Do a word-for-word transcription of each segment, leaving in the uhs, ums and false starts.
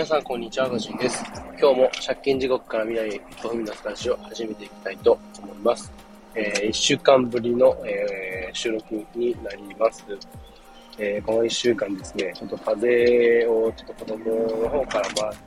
さんこんにちは、ガジンです。今日も借金地獄から未来へ一歩踏み出すラジオを始めていきたいと思います。えー、いっしゅうかんぶりの、えー、収録になります。えー、このいっしゅうかんですね、ちょっと風邪をちょっと子供の方から回って、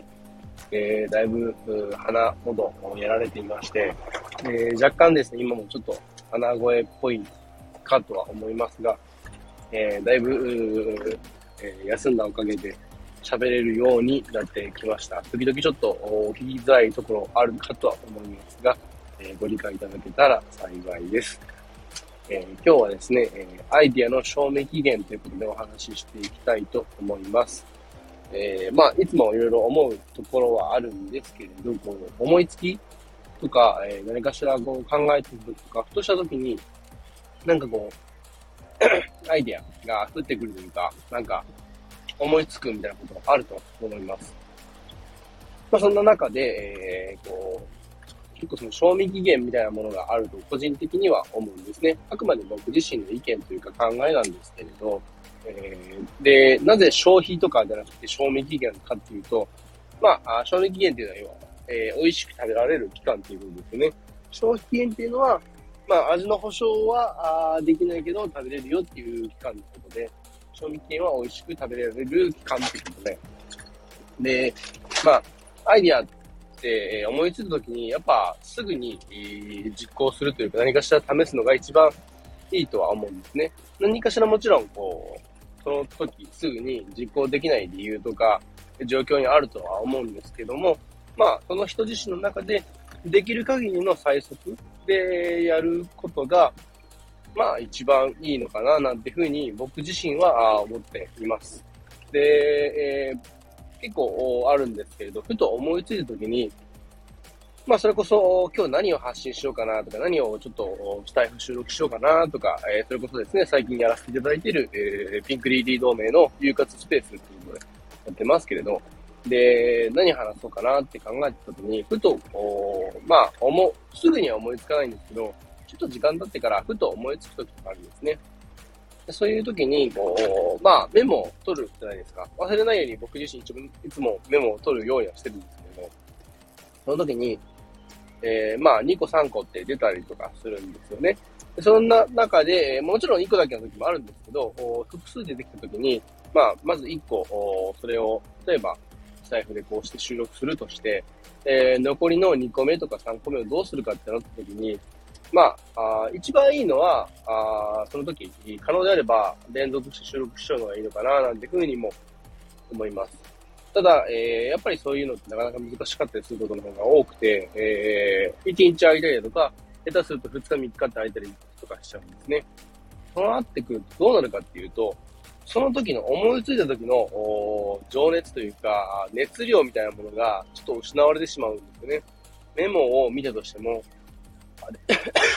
えー、だいぶ鼻、喉をやられていまして、えー、若干ですね、今もちょっと鼻声っぽいかとは思いますが、えー、だいぶ、えー、休んだおかげで喋れるようになってきました。時々ちょっと聞きづらいところあるかとは思いますが、えー、ご理解いただけたら幸いです。えー、今日はですね、えー、アイディアの賞味期限ということでお話ししていきたいと思います。えー、まあ、いつもいろいろ思うところはあるんですけれど、こう思いつきとか、えー、何かしらこう考えているとか、ふとした時に、なんかこう、アイディアが降ってくるというか、なんか思いつくみたいなことがあると思います。まあ、そんな中で、えー、こう、結構その賞味期限みたいなものがあると個人的には思うんですね。あくまで僕自身の意見というか考えなんですけれど、えー、で、なぜ消費とかじゃなくて賞味期限かっていうと、まあ、賞味期限っていうのは要は、えー、美味しく食べられる期間っていうことですよね。消費期限っていうのは、まあ、味の保証はあできないけど食べれるよっていう期間のことで、賞味期限は美味しく食べられる期間っていうことで。で、まあ、アイディアって思いついたときに、やっぱすぐに実行するというか何かしら試すのが一番いいとは思うんですね。何かしらもちろん、こう、その時すぐに実行できない理由とか状況にあるとは思うんですけども、まあ、その人自身の中でできる限りの最速でやることが、まあ一番いいのかななんていうふうに僕自身は思っています。で、えー、結構あるんですけれど、ふと思いついたときに、まあそれこそ今日何を発信しようかなとか、何をちょっとスタイフ収録しようかなとか、えー、それこそですね、最近やらせていただいている、えー、ピンクリーディー同盟の遊活スペースっていうのでやってますけれど、で、何話そうかなって考えてたときに、ふと、まあ、思う、すぐには思いつかないんですけど、ちょっと時間経ってからふと思いつくときとかあるんですね。そういうときに、こう、まあ、メモを取るじゃないですか。忘れないように僕自身いつもメモを取るようにはしてるんですけども、その時に、えー、まあ、にこさんこって出たりとかするんですよね。そんな中で、もちろんいっこだけの時もあるんですけど、複数出てきた時に、まあ、まずいっこ、それを、例えば、スタイフでこうして収録するとして、えー、残りのにこめとかさんこめをどうするかってなった時に、まあ、あ一番いいのは、あその時、可能であれば、連続して収録しちゃうのがいいのかな、なんていうふうにも思います。ただ、えー、やっぱりそういうのってなかなか難しかったりすることの方が多くて、えー、いちにち空いたりだとか、下手するとふつかみっかって空いたりとかしちゃうんですね。そうなってくるとどうなるかっていうと、その時の思いついた時の情熱というか、熱量みたいなものがちょっと失われてしまうんですよね。メモを見たとしても、あれ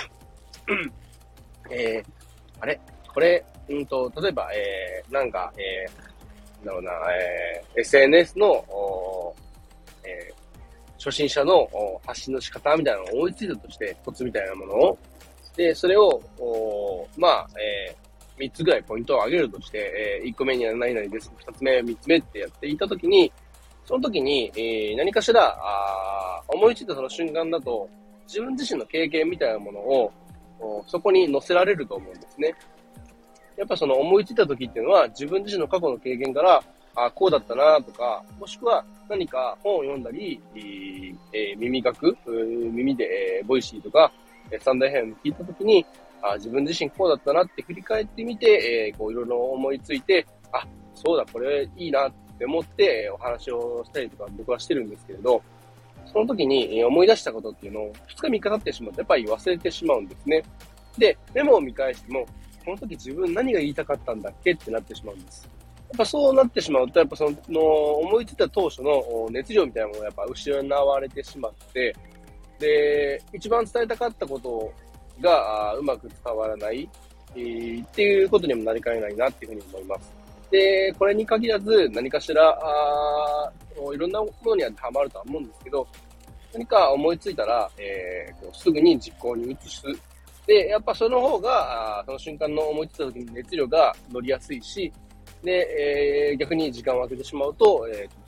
えー、あれこれ、うんと、例えば、えー、なんか、えー、なんだろうな、えー、エスエヌエス の、えー、初心者の発信の仕方みたいなのを思いついたとして、コツみたいなものを、で、それを、まあ、えー、みっつぐらいポイントを上げるとして、えー、いっこめには何々です、ふたつめ、みっつめってやっていたときに、その時に、えー、何かしら、あ思いついたその瞬間だと、自分自身の経験みたいなものを、そこに載せられると思うんですね。やっぱその思いついた時っていうのは自分自身の過去の経験から、あこうだったなとか、もしくは何か本を読んだり、えー、耳学、耳で、えー、ボイシーとか、スタンドエフエム聞いた時に、あ自分自身こうだったなって振り返ってみて、えー、こういろいろ思いついて、あ、そうだ、これいいなって思ってお話をしたりとか僕はしてるんですけれど、その時に思い出したことっていうのをふつかみっか経ってしまうとやっぱり忘れてしまうんですね。で、メモを見返しても、この時自分何が言いたかったんだっけってなってしまうんです。やっぱそうなってしまうと、やっぱその思いついた当初の熱量みたいなものがやっぱ失われてしまって、で、一番伝えたかったことがうまく伝わらない、えー、っていうことにもなりかねないなっていうふうに思います。で、これに限らず何かしら、あいろんなものにはハマるとは思うんですけど、何か思いついたら、えー、こうすぐに実行に移す。で、やっぱその方が、その瞬間の思いついた時に熱量が乗りやすいし、で、えー、逆に時間を空けてしまうと、えー、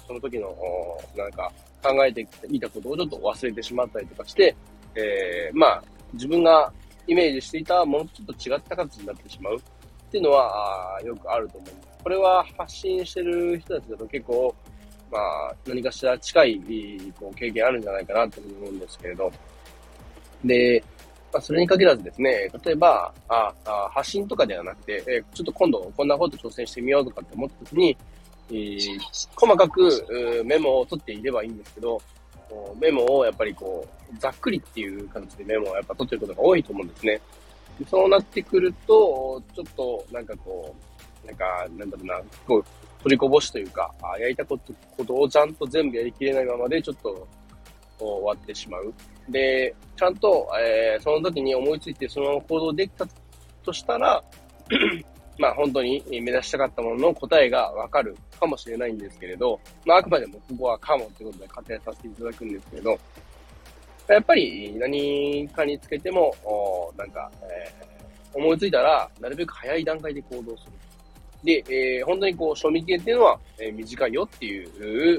その時の、なんか、考えていたことをちょっと忘れてしまったりとかして、えー、まあ、自分がイメージしていたものとちょっと違った形になってしまうっていうのは、あよくあると思います。これは発信してる人たちだと結構、まあ、何かしら近い、こう、経験あるんじゃないかなと思うんですけれど。で、まあ、それに限らずですね、例えば、ああ発信とかではなくて、えーちょっと今度こんなこと挑戦してみようとかって思った時に、えー細かくうーメモを取っていればいいんですけど、こうメモをやっぱりこう、ざっくりっていう形でメモをやっぱ取ってることが多いと思うんですね。でそうなってくると、ちょっとなんかこう、なんか、なんだろうな、こう、取りこぼしというか、あやりたことことをちゃんと全部やりきれないままで、ちょっと終わってしまう。で、ちゃんと、えーその時に思いついてそのまま行動できたとしたら、まあ本当に目指したかったものの答えがわかるかもしれないんですけれど、まああくまでもここはかもということで仮定させていただくんですけれど、やっぱり何かにつけても、おなんか、えー思いついたら、なるべく早い段階で行動する。で、えー本当にこう、賞味期限っていうのは、えー短いよっていう、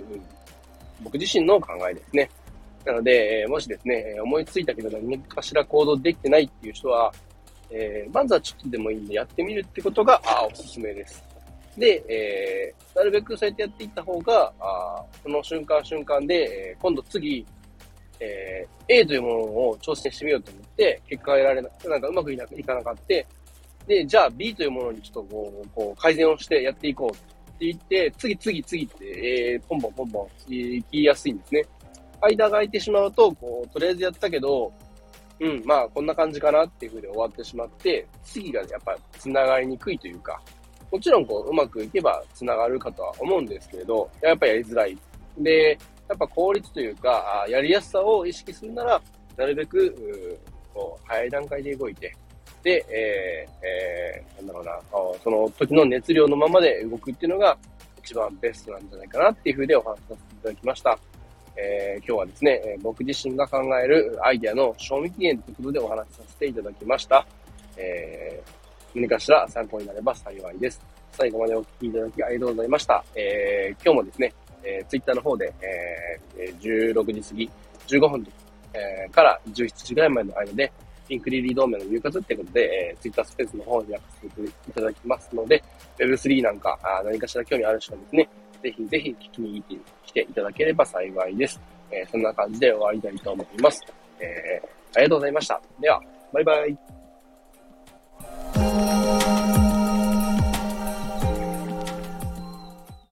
うん僕自身の考えですね。なので、えーもしですね、えー思いついたけど何かしら行動できてないっていう人は、えーまずはちょっとでもいいんでやってみるってことが、あおすすめです。で、えーなるべくそうやってやっていった方が、あその瞬間瞬間で、えー今度次、えー A というものを挑戦してみようと思って、結果が得られなくて、なんかうまくいないかなかった。で、じゃあ B というものにちょっとこう、こう改善をしてやっていこうって言って、次次次って、えーポンポンポンポン行きやすいんですね。間が空いてしまうと、こう、とりあえずやったけど、うん、まあ、こんな感じかなっていう風で終わってしまって、次がやっぱ繋がりにくいというか、もちろんこう、うまくいけば繋がるかとは思うんですけれど、やっぱやりづらい。で、やっぱ効率というか、あやりやすさを意識するなら、なるべく、うこう、早い段階で動いて、で、えー、えー、なんだろうな、あその時の熱量のままで動くっていうのが一番ベストなんじゃないかなっていう風でお話しさせていただきました。えー今日はですね、えー僕自身が考えるアイデアの賞味期限ということでお話しさせていただきました。えー何かしら参考になれば幸いです。最後までお聞きいただきありがとうございました。えー今日もですね、えー、ツイッターの方で、えー、じゅうろくじ過ぎ、じゅうごふん、えーからじゅうしちじぐらいまでの間で、ピンクリリー同盟の入活ってことで、えー、ツイッタースペースの方にやらせていただきますので、ウェブスリー なんかあ何かしら興味ある人はですね、ぜひぜひ聞きに来ていただければ幸いです。えーそんな感じで終わりたいと思います。えーありがとうございました。では、バイバイ。